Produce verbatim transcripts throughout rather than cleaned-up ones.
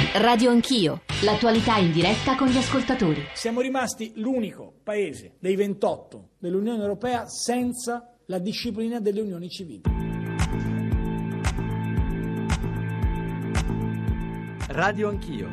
Radio Anch'io, l'attualità in diretta con gli ascoltatori. Siamo rimasti l'unico paese dei ventotto dell'Unione Europea senza la disciplina delle unioni civili. Radio Anch'io.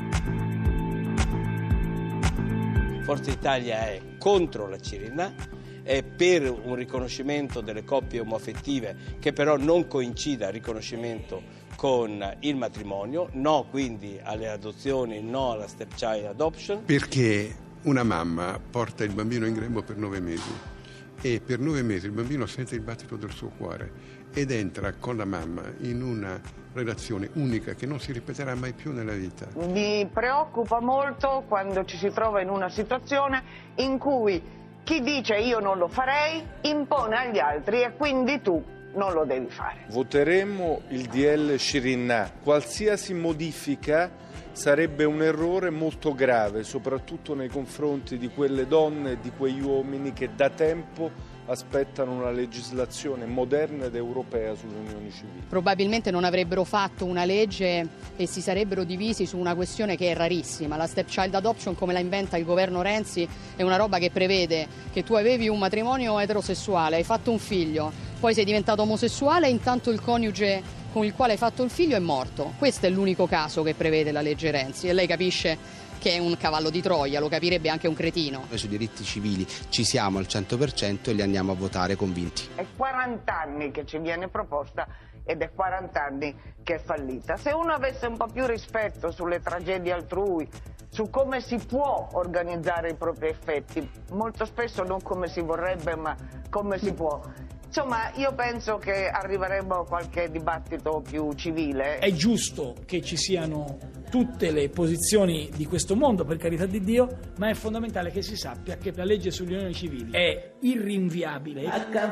Forza Italia è contro la Cirinna, è per un riconoscimento delle coppie omoaffettive che però non coincida al riconoscimento con il matrimonio, no quindi alle adozioni, no alla stepchild adoption. Perché una mamma porta il bambino in grembo per nove mesi e per nove mesi il bambino sente il battito del suo cuore ed entra con la mamma in una relazione unica che non si ripeterà mai più nella vita. Mi preoccupa molto quando ci si trova in una situazione in cui chi dice io non lo farei impone agli altri e quindi tu non lo devi fare. Voteremo il D L Cirinna. Qualsiasi modifica sarebbe un errore molto grave, soprattutto nei confronti di quelle donne e di quegli uomini che da tempo aspettano una legislazione moderna ed europea sulle unioni civili. Probabilmente non avrebbero fatto una legge e si sarebbero divisi su una questione che è rarissima. La stepchild adoption, come la inventa il governo Renzi, è una roba che prevede che tu avevi un matrimonio eterosessuale, hai fatto un figlio, poi sei diventato omosessuale e intanto il coniuge con il quale hai fatto il figlio è morto. Questo è l'unico caso che prevede la legge Renzi e lei capisce che è un cavallo di Troia, lo capirebbe anche un cretino. Noi sui diritti civili ci siamo al cento per cento e li andiamo a votare convinti. È quaranta anni che ci viene proposta ed è quaranta anni che è fallita. Se uno avesse un po' più rispetto sulle tragedie altrui, su come si può organizzare i propri effetti, molto spesso non come si vorrebbe ma come si può. Insomma, io penso che arriveremo a qualche dibattito più civile. È giusto che ci siano tutte le posizioni di questo mondo, per carità di Dio, ma è fondamentale che si sappia che la legge sulle unioni civili è irrinviabile.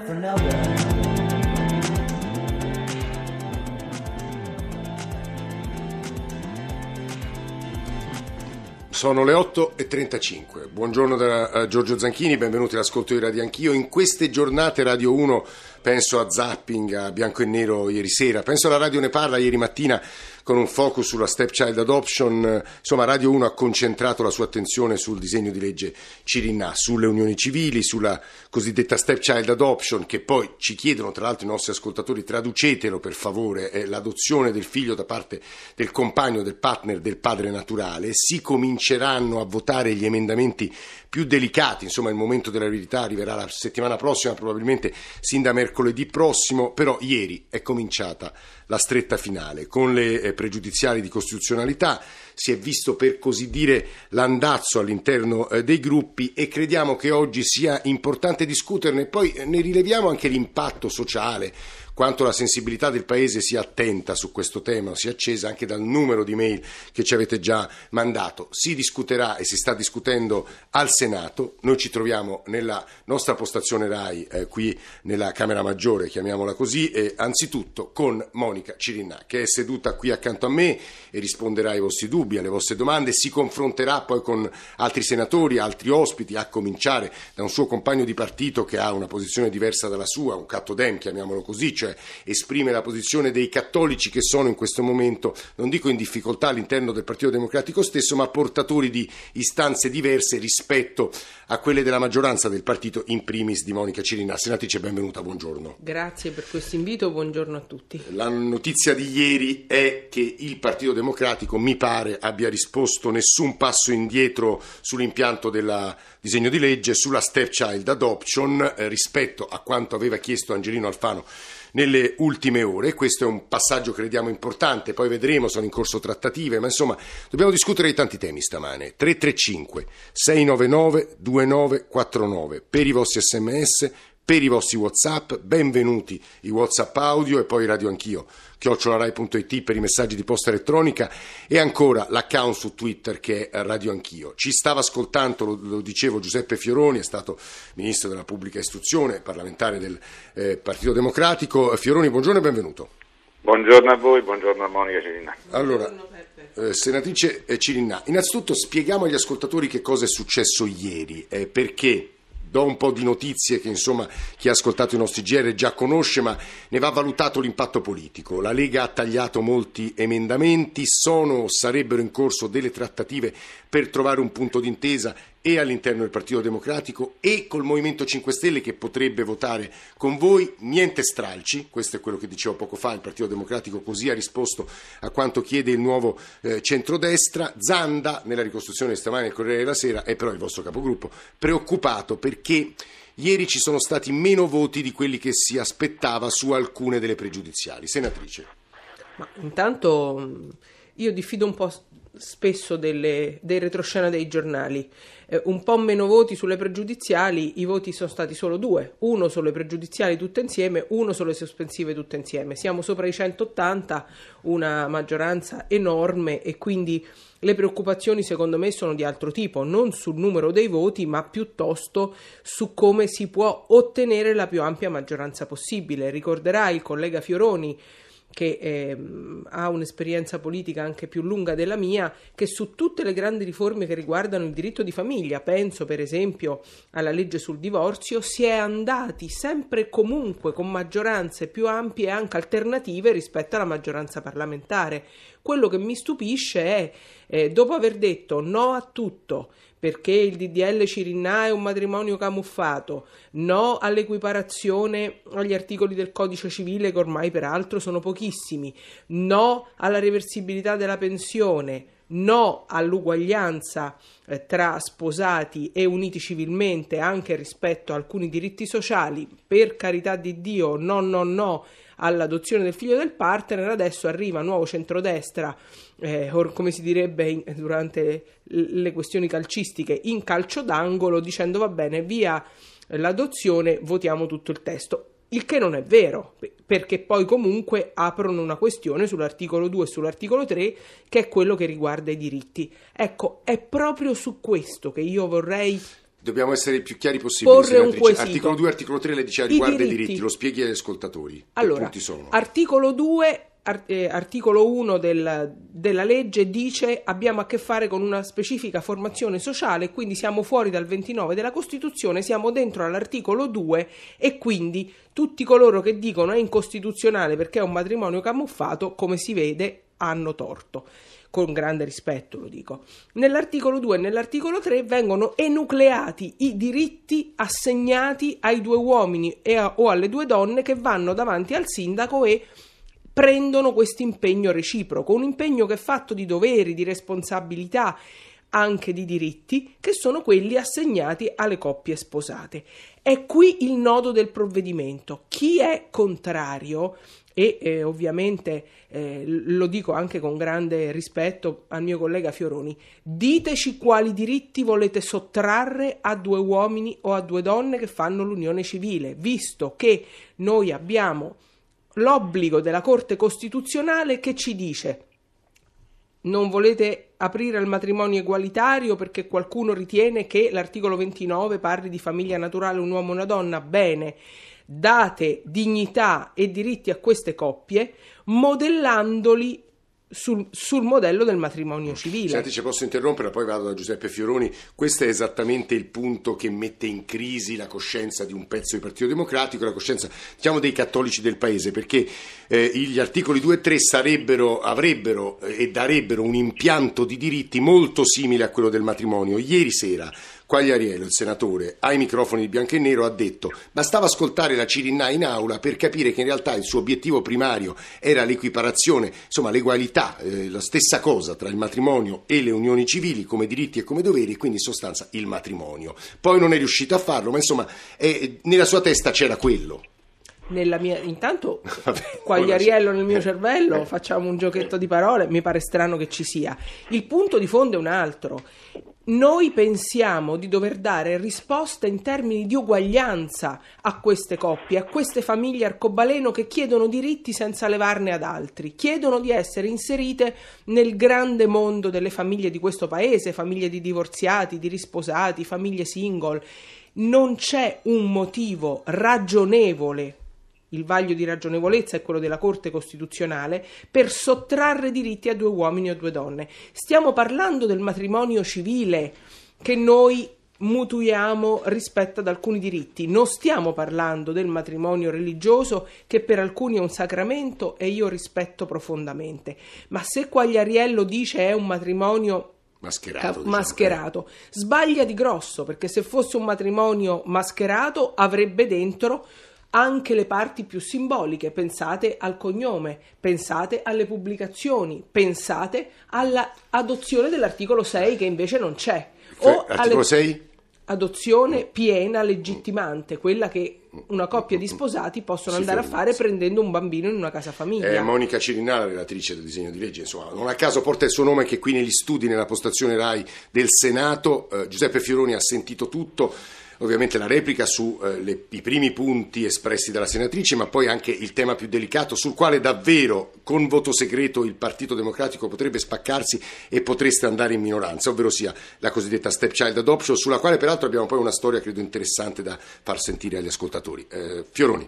Sono le otto e trentacinque. Buongiorno da uh, Giorgio Zanchini, benvenuti all'ascolto di Radio Anch'io. In queste giornate Radio uno, penso a Zapping, a Bianco e Nero ieri sera, penso alla Radio Ne Parla ieri mattina con un focus sulla stepchild adoption. Insomma, Radio uno ha concentrato la sua attenzione sul disegno di legge Cirinna, sulle unioni civili, sulla cosiddetta stepchild adoption, che poi ci chiedono, tra l'altro i nostri ascoltatori, traducetelo per favore, è l'adozione del figlio da parte del compagno, del partner, del padre naturale. Si cominceranno a votare gli emendamenti più delicati, insomma il momento della verità arriverà la settimana prossima, probabilmente sin da mercoledì prossimo, però ieri è cominciata la stretta finale. Con le eh, pregiudiziali di costituzionalità si è visto, per così dire, l'andazzo all'interno eh, dei gruppi e crediamo che oggi sia importante discuterne, poi eh, ne rileviamo anche l'impatto sociale, quanto la sensibilità del Paese sia attenta su questo tema, sia accesa anche dal numero di mail che ci avete già mandato. Si discuterà e si sta discutendo al Senato. Noi ci troviamo nella nostra postazione RAI, eh, qui nella Camera Maggiore, chiamiamola così, e anzitutto con Monica Cirinna, che è seduta qui accanto a me e risponderà ai vostri dubbi, alle vostre domande. Si confronterà poi con altri senatori, altri ospiti, a cominciare da un suo compagno di partito che ha una posizione diversa dalla sua, un cattodem, chiamiamolo così, cioè esprime la posizione dei cattolici che sono in questo momento, non dico in difficoltà all'interno del Partito Democratico stesso, ma portatori di istanze diverse rispetto a quelle della maggioranza del partito, in primis di Monica Cirinna. Senatrice, benvenuta, buongiorno. Grazie per questo invito, buongiorno a tutti. La notizia di ieri è che il Partito Democratico, mi pare, abbia risposto nessun passo indietro sull'impianto del disegno di legge sulla stepchild adoption eh, rispetto a quanto aveva chiesto Angelino Alfano nelle ultime ore. Questo è un passaggio, crediamo, importante, poi vedremo, sono in corso trattative, ma insomma dobbiamo discutere di tanti temi stamane. Tre tre cinque sei nove nove due nove quattro nove per i vostri sms, per i vostri WhatsApp, benvenuti i WhatsApp audio e poi Radio Anch'io, chiocciola rai punto it per i messaggi di posta elettronica e ancora l'account su Twitter che è Radio Anch'io. Ci stava ascoltando, lo, lo dicevo, Giuseppe Fioroni, è stato ministro della pubblica istruzione, parlamentare del eh, Partito Democratico. Fioroni, buongiorno e benvenuto. Buongiorno a voi, buongiorno a Monica Cirinna. Allora, eh, senatrice Cirinna, innanzitutto spieghiamo agli ascoltatori che cosa è successo ieri, eh, perché do un po' di notizie che insomma chi ha ascoltato i nostri G R già conosce, ma ne va valutato l'impatto politico. La Lega ha tagliato molti emendamenti, sono, sarebbero in corso delle trattative per trovare un punto d'intesa e all'interno del Partito Democratico e col Movimento cinque Stelle, che potrebbe votare con voi. Niente stralci, questo è quello che dicevo poco fa, il Partito Democratico così ha risposto a quanto chiede il nuovo eh, centrodestra. Zanda, nella ricostruzione di stamani del Corriere della Sera, è però il vostro capogruppo, preoccupato perché ieri ci sono stati meno voti di quelli che si aspettava su alcune delle pregiudiziali. Senatrice. Ma intanto io diffido un po' spesso delle, dei retroscena dei giornali. Eh, un po' meno voti sulle pregiudiziali, i voti sono stati solo due, uno sulle pregiudiziali tutte insieme, uno sulle sospensive tutte insieme. Siamo sopra i centottanta, una maggioranza enorme, e quindi le preoccupazioni secondo me sono di altro tipo, non sul numero dei voti, ma piuttosto su come si può ottenere la più ampia maggioranza possibile. Ricorderà il collega Fioroni, che eh, ha un'esperienza politica anche più lunga della mia, che su tutte le grandi riforme che riguardano il diritto di famiglia, penso per esempio alla legge sul divorzio, si è andati sempre e comunque con maggioranze più ampie e anche alternative rispetto alla maggioranza parlamentare. Quello che mi stupisce è, eh, dopo aver detto no a tutto, perché il D D L Cirinnà è un matrimonio camuffato, no all'equiparazione agli articoli del codice civile che ormai peraltro sono pochissimi, no alla reversibilità della pensione, no all'uguaglianza eh, tra sposati e uniti civilmente anche rispetto a alcuni diritti sociali, per carità di Dio, no, no, no all'adozione del figlio del partner. Adesso arriva nuovo centrodestra, eh, or, come si direbbe in, durante le questioni calcistiche, in calcio d'angolo, dicendo va bene, via l'adozione, votiamo tutto il testo. Il che non è vero, perché poi comunque aprono una questione sull'articolo due e sull'articolo tre, che è quello che riguarda i diritti. Ecco, è proprio su questo che io vorrei... Dobbiamo essere il più chiari possibile, porre un quesito. Articolo due, articolo tre, lei diceva riguarda i diritti. i diritti, lo spieghi agli ascoltatori. Allora, che punti sono? Articolo due, art- eh, articolo uno del, della legge dice abbiamo a che fare con una specifica formazione sociale, quindi siamo fuori dal ventinove della Costituzione, siamo dentro all'articolo due, e quindi tutti coloro che dicono è incostituzionale perché è un matrimonio camuffato, come si vede, hanno torto. Con grande rispetto lo dico. Nell'articolo due e nell'articolo tre vengono enucleati i diritti assegnati ai due uomini e a, o alle due donne che vanno davanti al sindaco e prendono questo impegno reciproco, un impegno che è fatto di doveri, di responsabilità, anche di diritti, che sono quelli assegnati alle coppie sposate. È qui il nodo del provvedimento. Chi è contrario, e eh, ovviamente eh, lo dico anche con grande rispetto al mio collega Fioroni, diteci quali diritti volete sottrarre a due uomini o a due donne che fanno l'unione civile, visto che noi abbiamo l'obbligo della Corte Costituzionale che ci dice: non volete aprire al matrimonio egualitario perché qualcuno ritiene che l'articolo ventinove parli di famiglia naturale, un uomo e una donna. Bene, date dignità e diritti a queste coppie modellandoli sul, sul modello del matrimonio civile. Senti, ci posso interrompere, poi vado da Giuseppe Fioroni. Questo è esattamente il punto che mette in crisi la coscienza di un pezzo del Partito Democratico, la coscienza, diciamo, dei cattolici del paese, perché eh, gli articoli due e tre sarebbero, avrebbero eh, e darebbero un impianto di diritti molto simile a quello del matrimonio. Ieri sera Quagliariello, il senatore, ai microfoni di Bianco e Nero ha detto: bastava ascoltare la Cirinnà in aula per capire che in realtà il suo obiettivo primario era l'equiparazione, insomma l'egualità, eh, la stessa cosa tra il matrimonio e le unioni civili come diritti e come doveri, e quindi in sostanza il matrimonio. Poi non è riuscito a farlo, ma insomma eh, nella sua testa c'era quello. Nella mia, intanto Vabbè, Quagliariello nel mio cervello, eh. facciamo un giochetto di parole, mi pare strano che ci sia. Il punto di fondo è un altro. Noi pensiamo di dover dare risposta in termini di uguaglianza a queste coppie, a queste famiglie arcobaleno che chiedono diritti senza levarne ad altri, chiedono di essere inserite nel grande mondo delle famiglie di questo paese, famiglie di divorziati, di risposati, famiglie single. Non c'è un motivo ragionevole, il vaglio di ragionevolezza è quello della Corte Costituzionale, per sottrarre diritti a due uomini o due donne. Stiamo parlando del matrimonio civile, che noi mutuiamo rispetto ad alcuni diritti. Non stiamo parlando del matrimonio religioso, che per alcuni è un sacramento e io rispetto profondamente, ma se Quagliariello dice è un matrimonio mascherato, diciamo, mascherato eh. sbaglia di grosso, perché se fosse un matrimonio mascherato avrebbe dentro anche le parti più simboliche. Pensate al cognome, pensate alle pubblicazioni, pensate all'adozione dell'articolo sei che invece non c'è. O articolo sei? Adozione piena legittimante, quella che una coppia di sposati possono si andare ferma, a fare sì. prendendo un bambino in una casa famiglia. Eh, Monica Cirinnà, la relatrice del disegno di legge, insomma, non a caso porta il suo nome anche qui negli studi, nella postazione Rai del Senato. Eh, Giuseppe Fioroni ha sentito tutto. Ovviamente la replica sui eh, primi punti espressi dalla senatrice, ma poi anche il tema più delicato sul quale davvero con voto segreto il Partito Democratico potrebbe spaccarsi e potreste andare in minoranza, ovvero sia la cosiddetta stepchild adoption, sulla quale peraltro abbiamo poi una storia credo interessante da far sentire agli ascoltatori. Eh, Fioroni.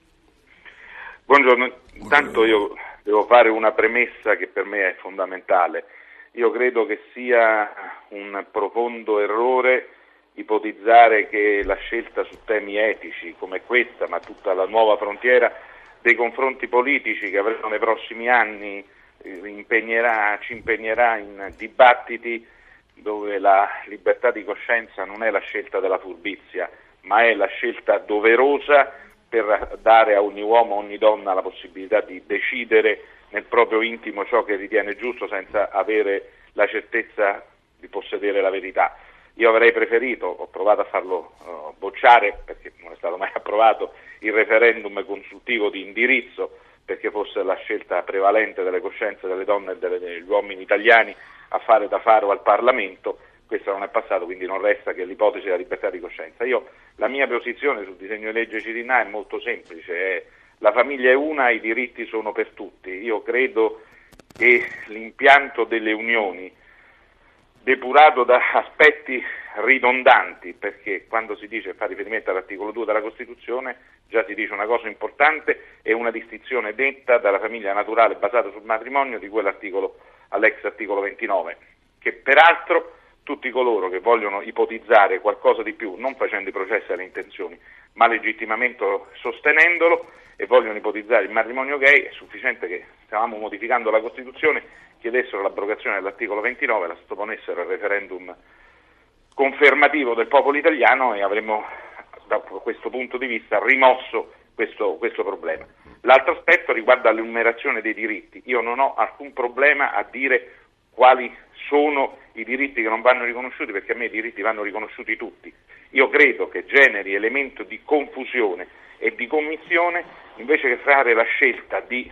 Buongiorno, intanto io devo fare una premessa che per me è fondamentale. Io credo che sia un profondo errore ipotizzare che la scelta su temi etici come questa, ma tutta la nuova frontiera dei confronti politici che avremo nei prossimi anni impegnerà, ci impegnerà in dibattiti dove la libertà di coscienza non è la scelta della furbizia, ma è la scelta doverosa per dare a ogni uomo, a ogni donna la possibilità di decidere nel proprio intimo ciò che ritiene giusto senza avere la certezza di possedere la verità. Io avrei preferito, ho provato a farlo uh, bocciare perché non è stato mai approvato, il referendum consultivo di indirizzo perché fosse la scelta prevalente delle coscienze delle donne e delle, degli uomini italiani a fare da faro al Parlamento. Questo non è passato, quindi non resta che l'ipotesi della libertà di coscienza. Io, la mia posizione sul disegno di legge Cirinnà è molto semplice, è la famiglia è una, i diritti sono per tutti. Io credo che l'impianto delle unioni, depurato da aspetti ridondanti, perché quando si dice, fa riferimento all'articolo due della Costituzione, già si dice una cosa importante e una distinzione detta dalla famiglia naturale basata sul matrimonio di quell'articolo all'ex articolo ventinove, che peraltro tutti coloro che vogliono ipotizzare qualcosa di più, non facendo i processi alle intenzioni, ma legittimamente sostenendolo, e vogliono ipotizzare il matrimonio gay, è sufficiente che stavamo modificando la Costituzione, chiedessero l'abrogazione dell'articolo ventinove, la sottoponessero al referendum confermativo del popolo italiano e avremmo da questo punto di vista rimosso questo, questo problema. L'altro aspetto riguarda l'enumerazione dei diritti. Io non ho alcun problema a dire quali sono i diritti che non vanno riconosciuti, perché a me i diritti vanno riconosciuti tutti. Io credo che generi elemento di confusione e di commissione, invece che fare la scelta di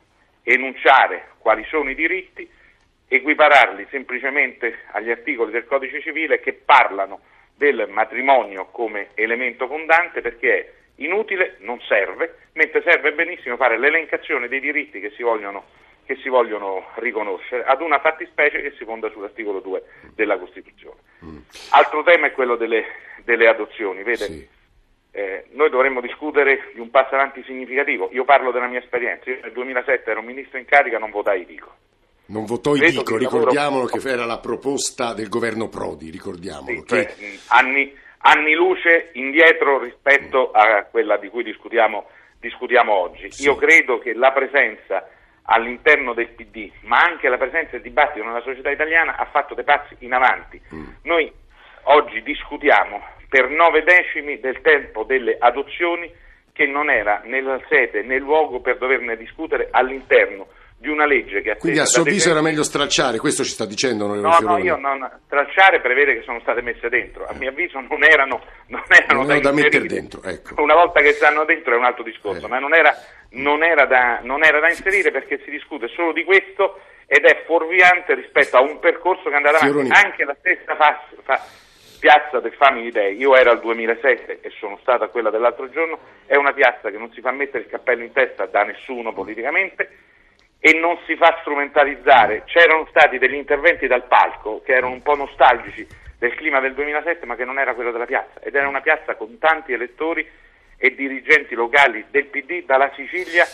enunciare quali sono i diritti, equipararli semplicemente agli articoli del Codice Civile che parlano del matrimonio come elemento fondante, perché è inutile, non serve, mentre serve benissimo fare l'elencazione dei diritti che si vogliono, che si vogliono riconoscere ad una fattispecie che si fonda sull'articolo due della Costituzione. Mm. Altro tema è quello delle, delle adozioni, vede? Sì. Eh, noi dovremmo discutere di un passo avanti significativo. Io parlo della mia esperienza. Io nel duemilasette ero ministro in carica, non votai Dico. Non votò i Dico, ricordiamolo lavoro... che era la proposta del governo Prodi, ricordiamolo. Sì, che... cioè, anni, anni luce indietro rispetto mm. a quella di cui discutiamo, discutiamo oggi. Sì. Io credo che la presenza all'interno del P D, ma anche la presenza del dibattito nella società italiana ha fatto dei passi in avanti. Mm. Noi oggi discutiamo per nove decimi del tempo delle adozioni, che non era nella sede né luogo per doverne discutere all'interno di una legge che... Quindi a suo avviso era meglio stralciare, questo ci sta dicendo? No, no, io non... Stralciare prevede che sono state messe dentro, a mio avviso non erano, non erano non da, da mettere dentro, ecco. Una volta che stanno dentro è un altro discorso, eh. ma non era, non, era da, non era da inserire, perché si discute solo di questo ed è fuorviante rispetto a un percorso che è andato avanti. Fioroni. Anche la stessa fa, fa, piazza del Family Day, io ero al duemilasette e sono stato a quella dell'altro giorno, è una piazza che non si fa mettere il cappello in testa da nessuno politicamente e non si fa strumentalizzare. C'erano stati degli interventi dal palco che erano un po' nostalgici del clima del duemilasette, ma che non era quello della piazza, ed era una piazza con tanti elettori e dirigenti locali del P D dalla Sicilia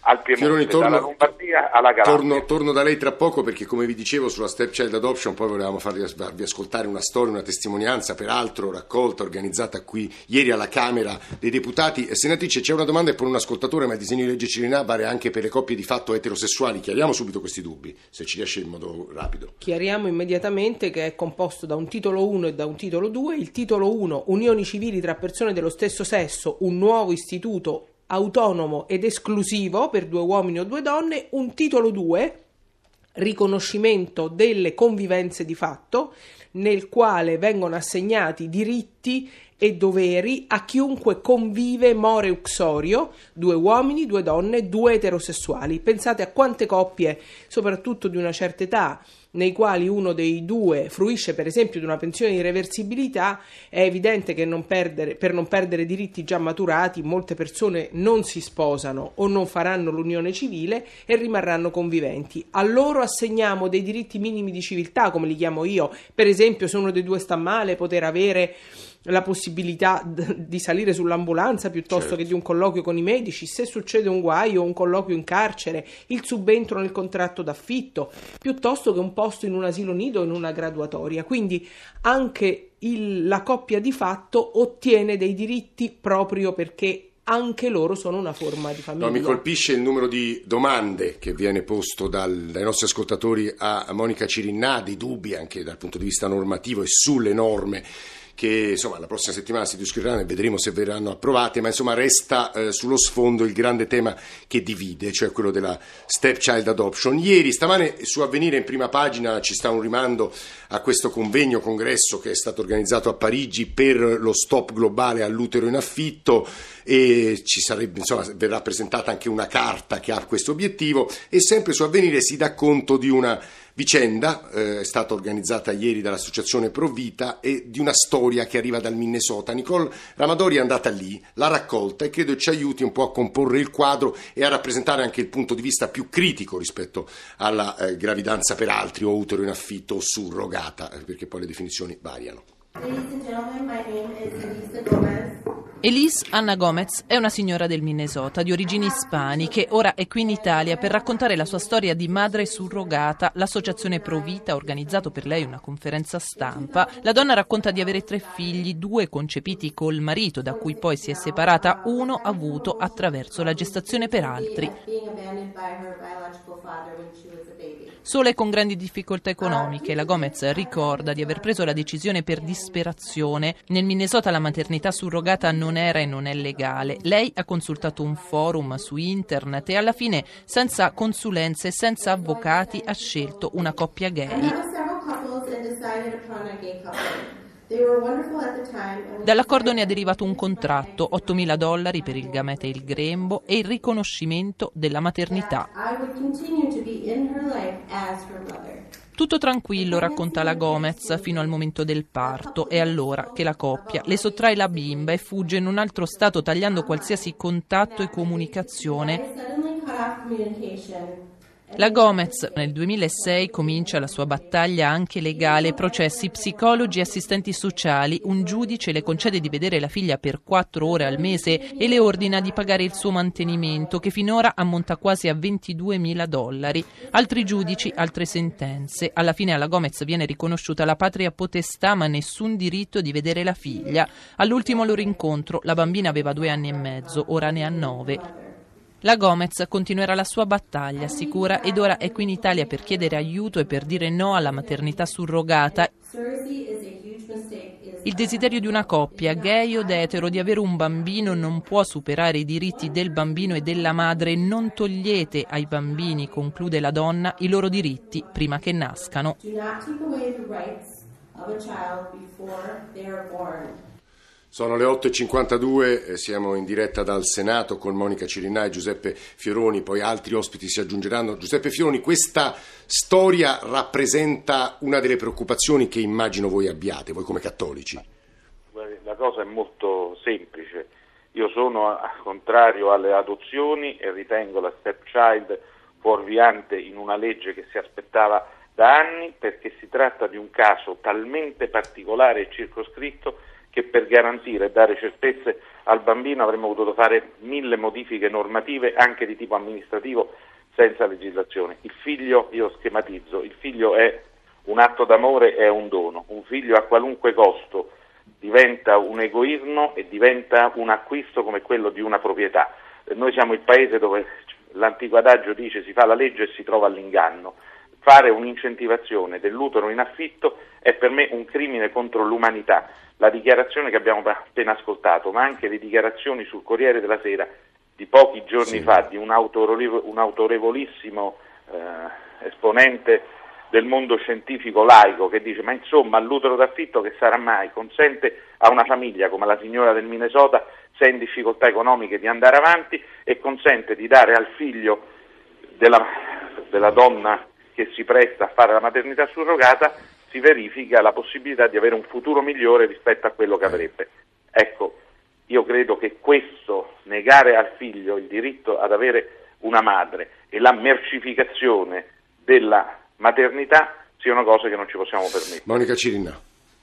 al Piemonte, Fioroni, torno, dalla Lombardia alla Calabria. Torno, torno da lei tra poco, perché come vi dicevo sulla stepchild adoption poi volevamo farvi, farvi ascoltare una storia, una testimonianza, peraltro raccolta, organizzata qui ieri alla Camera dei Deputati. Senatrice, c'è una domanda per un ascoltatore, ma il disegno di legge Cirinnà vale anche per le coppie di fatto eterosessuali. Chiariamo subito questi dubbi, se ci riesce in modo rapido. Chiariamo immediatamente che è composto da un titolo uno e da un titolo due. Il titolo uno, unioni civili tra persone dello stesso sesso, un nuovo istituto autonomo ed esclusivo per due uomini o due donne. Un titolo due, riconoscimento delle convivenze di fatto, nel quale vengono assegnati diritti e doveri a chiunque convive more uxorio, due uomini, due donne, due eterosessuali. Pensate a quante coppie, soprattutto di una certa età, nei quali uno dei due fruisce per esempio di una pensione di reversibilità. È evidente che non perdere, per non perdere diritti già maturati, molte persone non si sposano o non faranno l'unione civile e rimarranno conviventi. A loro assegniamo dei diritti minimi di civiltà, come li chiamo io, per esempio se uno dei due sta male poter avere la possibilità d- di salire sull'ambulanza piuttosto certo. che di un colloquio con i medici, se succede un guaio o un colloquio in carcere, il subentro nel contratto d'affitto, piuttosto che un posto in un asilo nido o in una graduatoria. Quindi anche il, la coppia di fatto ottiene dei diritti proprio perché anche loro sono una forma di famiglia. No, mi colpisce il numero di domande che viene posto dal, dai nostri ascoltatori a Monica Cirinnà, dei dubbi anche dal punto di vista normativo e sulle norme che insomma la prossima settimana si discuteranno e vedremo se verranno approvate, ma insomma resta eh, sullo sfondo il grande tema che divide, cioè quello della stepchild adoption. Ieri, stamane su Avvenire in prima pagina ci sta un rimando a questo convegno, congresso che è stato organizzato a Parigi per lo stop globale all'utero in affitto, e ci sarebbe, insomma, verrà presentata anche una carta che ha questo obiettivo, e sempre su Avvenire si dà conto di una vicenda, eh, è stata organizzata ieri dall'associazione Pro Vita, e di una storia che arriva dal Minnesota. Nicole Ramadori è andata lì, l'ha raccolta e credo ci aiuti un po' a comporre il quadro e a rappresentare anche il punto di vista più critico rispetto alla eh, gravidanza per altri o utero in affitto o surrogata, eh, perché poi le definizioni variano. Ladies and gentlemen, my name is Elisa Gomez. Elise Anna Gomez è una signora del Minnesota di origini ispaniche, ora è qui in Italia per raccontare la sua storia di madre surrogata. L'associazione Pro Vita ha organizzato per lei una conferenza stampa. La donna racconta di avere tre figli, due concepiti col marito, da cui poi si è separata, uno avuto attraverso la gestazione per altri. Sola e con grandi difficoltà economiche, la Gomez ricorda di aver preso la decisione per disperazione. Nel Minnesota la maternità surrogata non era e non è legale. Lei ha consultato un forum su internet e alla fine, senza consulenze e senza avvocati, ha scelto una coppia gay. Dall'accordo ne è derivato un contratto, ottomila dollari per il gamete e il grembo e il riconoscimento della maternità. Tutto tranquillo, racconta la Gomez, fino al momento del parto. È allora che la coppia le sottrae la bimba e fugge in un altro stato, tagliando qualsiasi contatto e comunicazione. La Gomez nel duemilasei comincia la sua battaglia anche legale, processi, psicologi e assistenti sociali. Un giudice le concede di vedere la figlia per quattro ore al mese e le ordina di pagare il suo mantenimento, che finora ammonta quasi a ventiduemila dollari. Altri giudici, altre sentenze. Alla fine alla Gomez viene riconosciuta la patria potestà, ma nessun diritto di vedere la figlia. All'ultimo loro incontro la bambina aveva due anni e mezzo, ora ne ha nove. La Gomez continuerà la sua battaglia, assicura, ed ora è qui in Italia per chiedere aiuto e per dire no alla maternità surrogata. Il desiderio di una coppia, gay o etero, di avere un bambino non può superare i diritti del bambino e della madre. Non togliete ai bambini, conclude la donna, i loro diritti prima che nascano. Sono le otto e cinquantadue, siamo in diretta dal Senato con Monica Cirinnà e Giuseppe Fioroni, poi altri ospiti si aggiungeranno. Giuseppe Fioroni, questa storia rappresenta una delle preoccupazioni che immagino voi abbiate, voi come cattolici. La cosa è molto semplice. Io sono contrario alle adozioni e ritengo la stepchild fuorviante in una legge che si aspettava da anni, perché si tratta di un caso talmente particolare e circoscritto che per garantire e dare certezze al bambino avremmo potuto fare mille modifiche normative anche di tipo amministrativo senza legislazione. Il figlio, io schematizzo, il figlio è un atto d'amore, è un dono. Un figlio a qualunque costo diventa un egoismo e diventa un acquisto come quello di una proprietà. Noi siamo il paese dove l'antico adagio dice si fa la legge e si trova l'inganno. Fare un'incentivazione dell'utero in affitto è per me un crimine contro l'umanità. La dichiarazione che abbiamo appena ascoltato, ma anche le dichiarazioni sul Corriere della Sera di pochi giorni sì. fa di un, autorevol- un autorevolissimo eh, esponente del mondo scientifico laico che dice ma insomma l'utero d'affitto che sarà mai, consente a una famiglia come la signora del Minnesota se è in difficoltà economiche di andare avanti e consente di dare al figlio della, della donna che si presta a fare la maternità surrogata, si verifica la possibilità di avere un futuro migliore rispetto a quello che avrebbe. Ecco, io credo che questo, negare al figlio il diritto ad avere una madre e la mercificazione della maternità siano cose che non ci possiamo permettere. Monica Cirinna.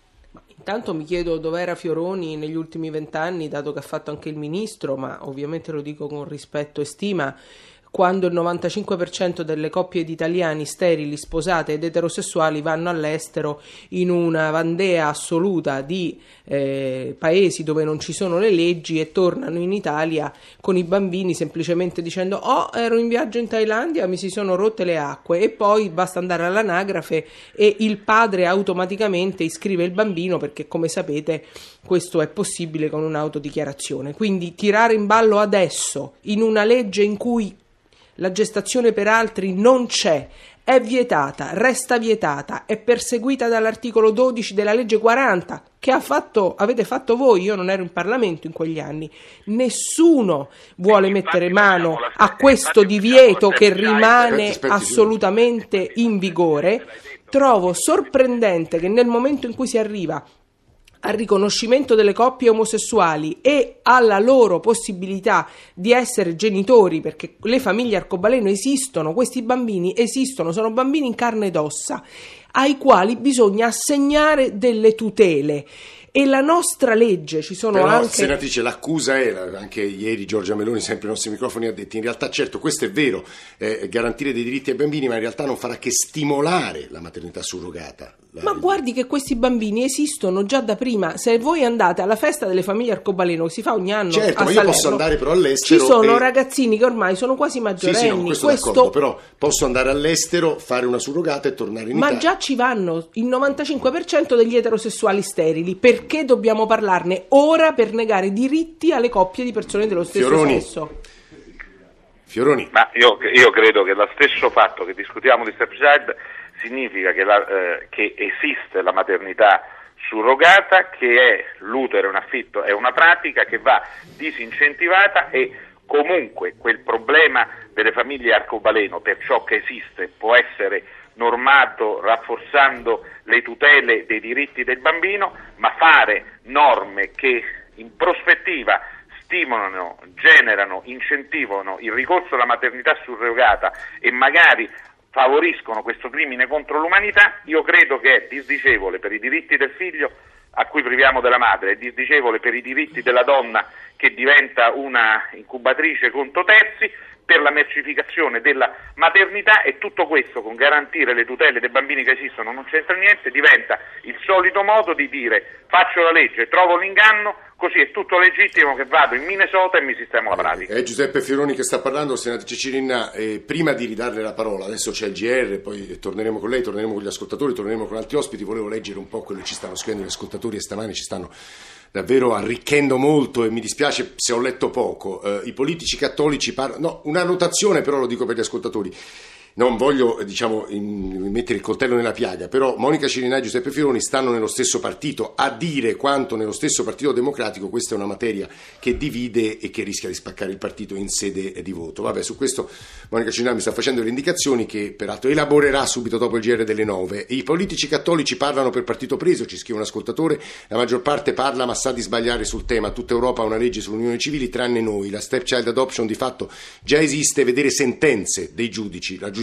Intanto mi chiedo dove era Fioroni negli ultimi vent'anni, dato che ha fatto anche il ministro, ma ovviamente lo dico con rispetto e stima, quando il novantacinque per cento delle coppie di italiani sterili, sposate ed eterosessuali vanno all'estero in una vandea assoluta di eh, paesi dove non ci sono le leggi e tornano in Italia con i bambini semplicemente dicendo oh ero in viaggio in Thailandia, mi si sono rotte le acque, e poi basta andare all'anagrafe e il padre automaticamente iscrive il bambino, perché come sapete questo è possibile con un'autodichiarazione. Quindi tirare in ballo adesso in una legge in cui la gestazione per altri non c'è, è vietata, resta vietata, è perseguita dall'articolo dodici della legge quaranta che ha fatto, avete fatto voi, io non ero in Parlamento in quegli anni. Nessuno vuole mettere mano a questo divieto che rimane assolutamente in vigore. Trovo sorprendente che nel momento in cui si arriva al riconoscimento delle coppie omosessuali e alla loro possibilità di essere genitori, perché le famiglie arcobaleno esistono, questi bambini esistono, sono bambini in carne ed ossa, ai quali bisogna assegnare delle tutele. E la nostra legge, ci sono Però, anche... senatrice, l'accusa è, anche ieri Giorgia Meloni, sempre ai nostri microfoni, ha detto in realtà certo questo è vero, eh, garantire dei diritti ai bambini, ma in realtà non farà che stimolare la maternità surrogata. La... Ma guardi che questi bambini esistono già da prima. Se voi andate alla festa delle famiglie arcobaleno che si fa ogni anno certo, a ma io Salerno, posso andare però all'estero, ci sono e... ragazzini che ormai sono quasi maggiorenni. Sì, sì, no, questo, questo... d'accordo, però posso andare all'estero, fare una surrogata e tornare in ma Italia. Ma già ci vanno il novantacinque per cento degli eterosessuali sterili. Perché dobbiamo parlare ora per negare diritti alle coppie di persone dello stesso Fioroni. sesso? Fioroni. Ma io, io credo che lo stesso fatto che discutiamo di stepchild significa che, la, eh, che esiste la maternità surrogata, che è l'utero in affitto, è una pratica che va disincentivata e comunque quel problema delle famiglie arcobaleno, per ciò che esiste, può essere normato rafforzando le tutele dei diritti del bambino, ma fare norme che in prospettiva stimolano, generano, incentivano il ricorso alla maternità surrogata e magari favoriscono questo crimine contro l'umanità, io credo che è disdicevole per i diritti del figlio a cui priviamo della madre, è disdicevole per i diritti della donna che diventa una incubatrice conto terzi, per la mercificazione della maternità, e tutto questo con garantire le tutele dei bambini che esistono non c'entra niente, diventa il solito modo di dire faccio la legge, trovo l'inganno, così è tutto legittimo che vado in Minnesota e mi sistemo la pratica. È Giuseppe Fioroni che sta parlando, senatrice Cirinna, eh, prima di ridarle la parola, adesso c'è il G R, poi torneremo con lei, torneremo con gli ascoltatori, torneremo con altri ospiti, volevo leggere un po' quello che ci stanno scrivendo gli ascoltatori e stamani ci stanno davvero arricchendo molto e mi dispiace se ho letto poco. Eh, I politici cattolici parlano... No, una notazione però lo dico per gli ascoltatori. Non voglio, diciamo, in, mettere il coltello nella piaga, però Monica Cirinna e Giuseppe Fioroni stanno nello stesso partito. A dire quanto nello stesso Partito Democratico questa è una materia che divide e che rischia di spaccare il partito in sede di voto. Vabbè, su questo Monica Cirinna mi sta facendo le indicazioni che peraltro elaborerà subito dopo il G R delle nove. I politici cattolici parlano per partito preso, ci scrive un ascoltatore, la maggior parte parla ma sa di sbagliare sul tema. Tutta Europa ha una legge sull'unione civili tranne noi. La stepchild adoption di fatto già esiste, vedere sentenze dei giudici. La giustizia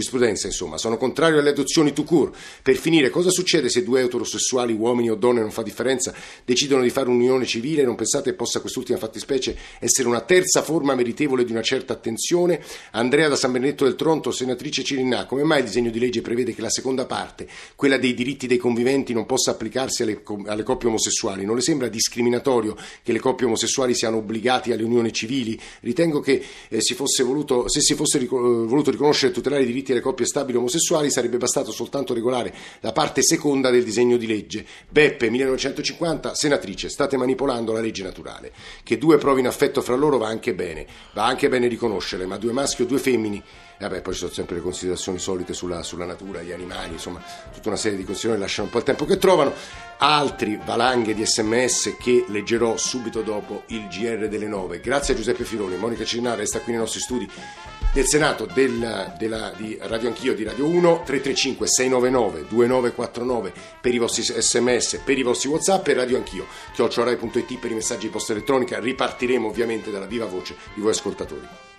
giurisprudenza, insomma. Sono contrario alle adozioni tout court. Per finire, cosa succede se due eterosessuali, uomini o donne, non fa differenza, decidono di fare un'unione civile? Non pensate che possa quest'ultima fattispecie essere una terza forma meritevole di una certa attenzione? Andrea da San Benedetto del Tronto. Senatrice Cirinnà, come mai il disegno di legge prevede che la seconda parte, quella dei diritti dei conviventi, non possa applicarsi alle, alle coppie omosessuali? Non le sembra discriminatorio che le coppie omosessuali siano obbligati alle unioni civili? Ritengo che eh, si fosse voluto, se si fosse ric- voluto riconoscere e tutelare i diritti alle coppie stabili omosessuali, sarebbe bastato soltanto regolare la parte seconda del disegno di legge. Beppe, millenovecentocinquanta, senatrice, state manipolando la legge naturale. Che due provino affetto fra loro va anche bene, va anche bene riconoscerle, ma due maschi o due femmini, vabbè, poi ci sono sempre le considerazioni solite sulla, sulla natura, gli animali, insomma, tutta una serie di considerazioni lasciano un po' il tempo che trovano. Altri valanghe di sms che leggerò subito dopo il G R delle nove. Grazie a Giuseppe Filoni. Monica Cirinnà resta qui nei nostri studi del Senato, del, della, di Radio Anch'io, di Radio uno. Tre tre cinque sei nove nove due nove quattro nove per i vostri sms, per i vostri WhatsApp, e Radio Anch'io chiocciola rai punto it per i messaggi di posta elettronica. Ripartiremo ovviamente dalla viva voce di voi ascoltatori.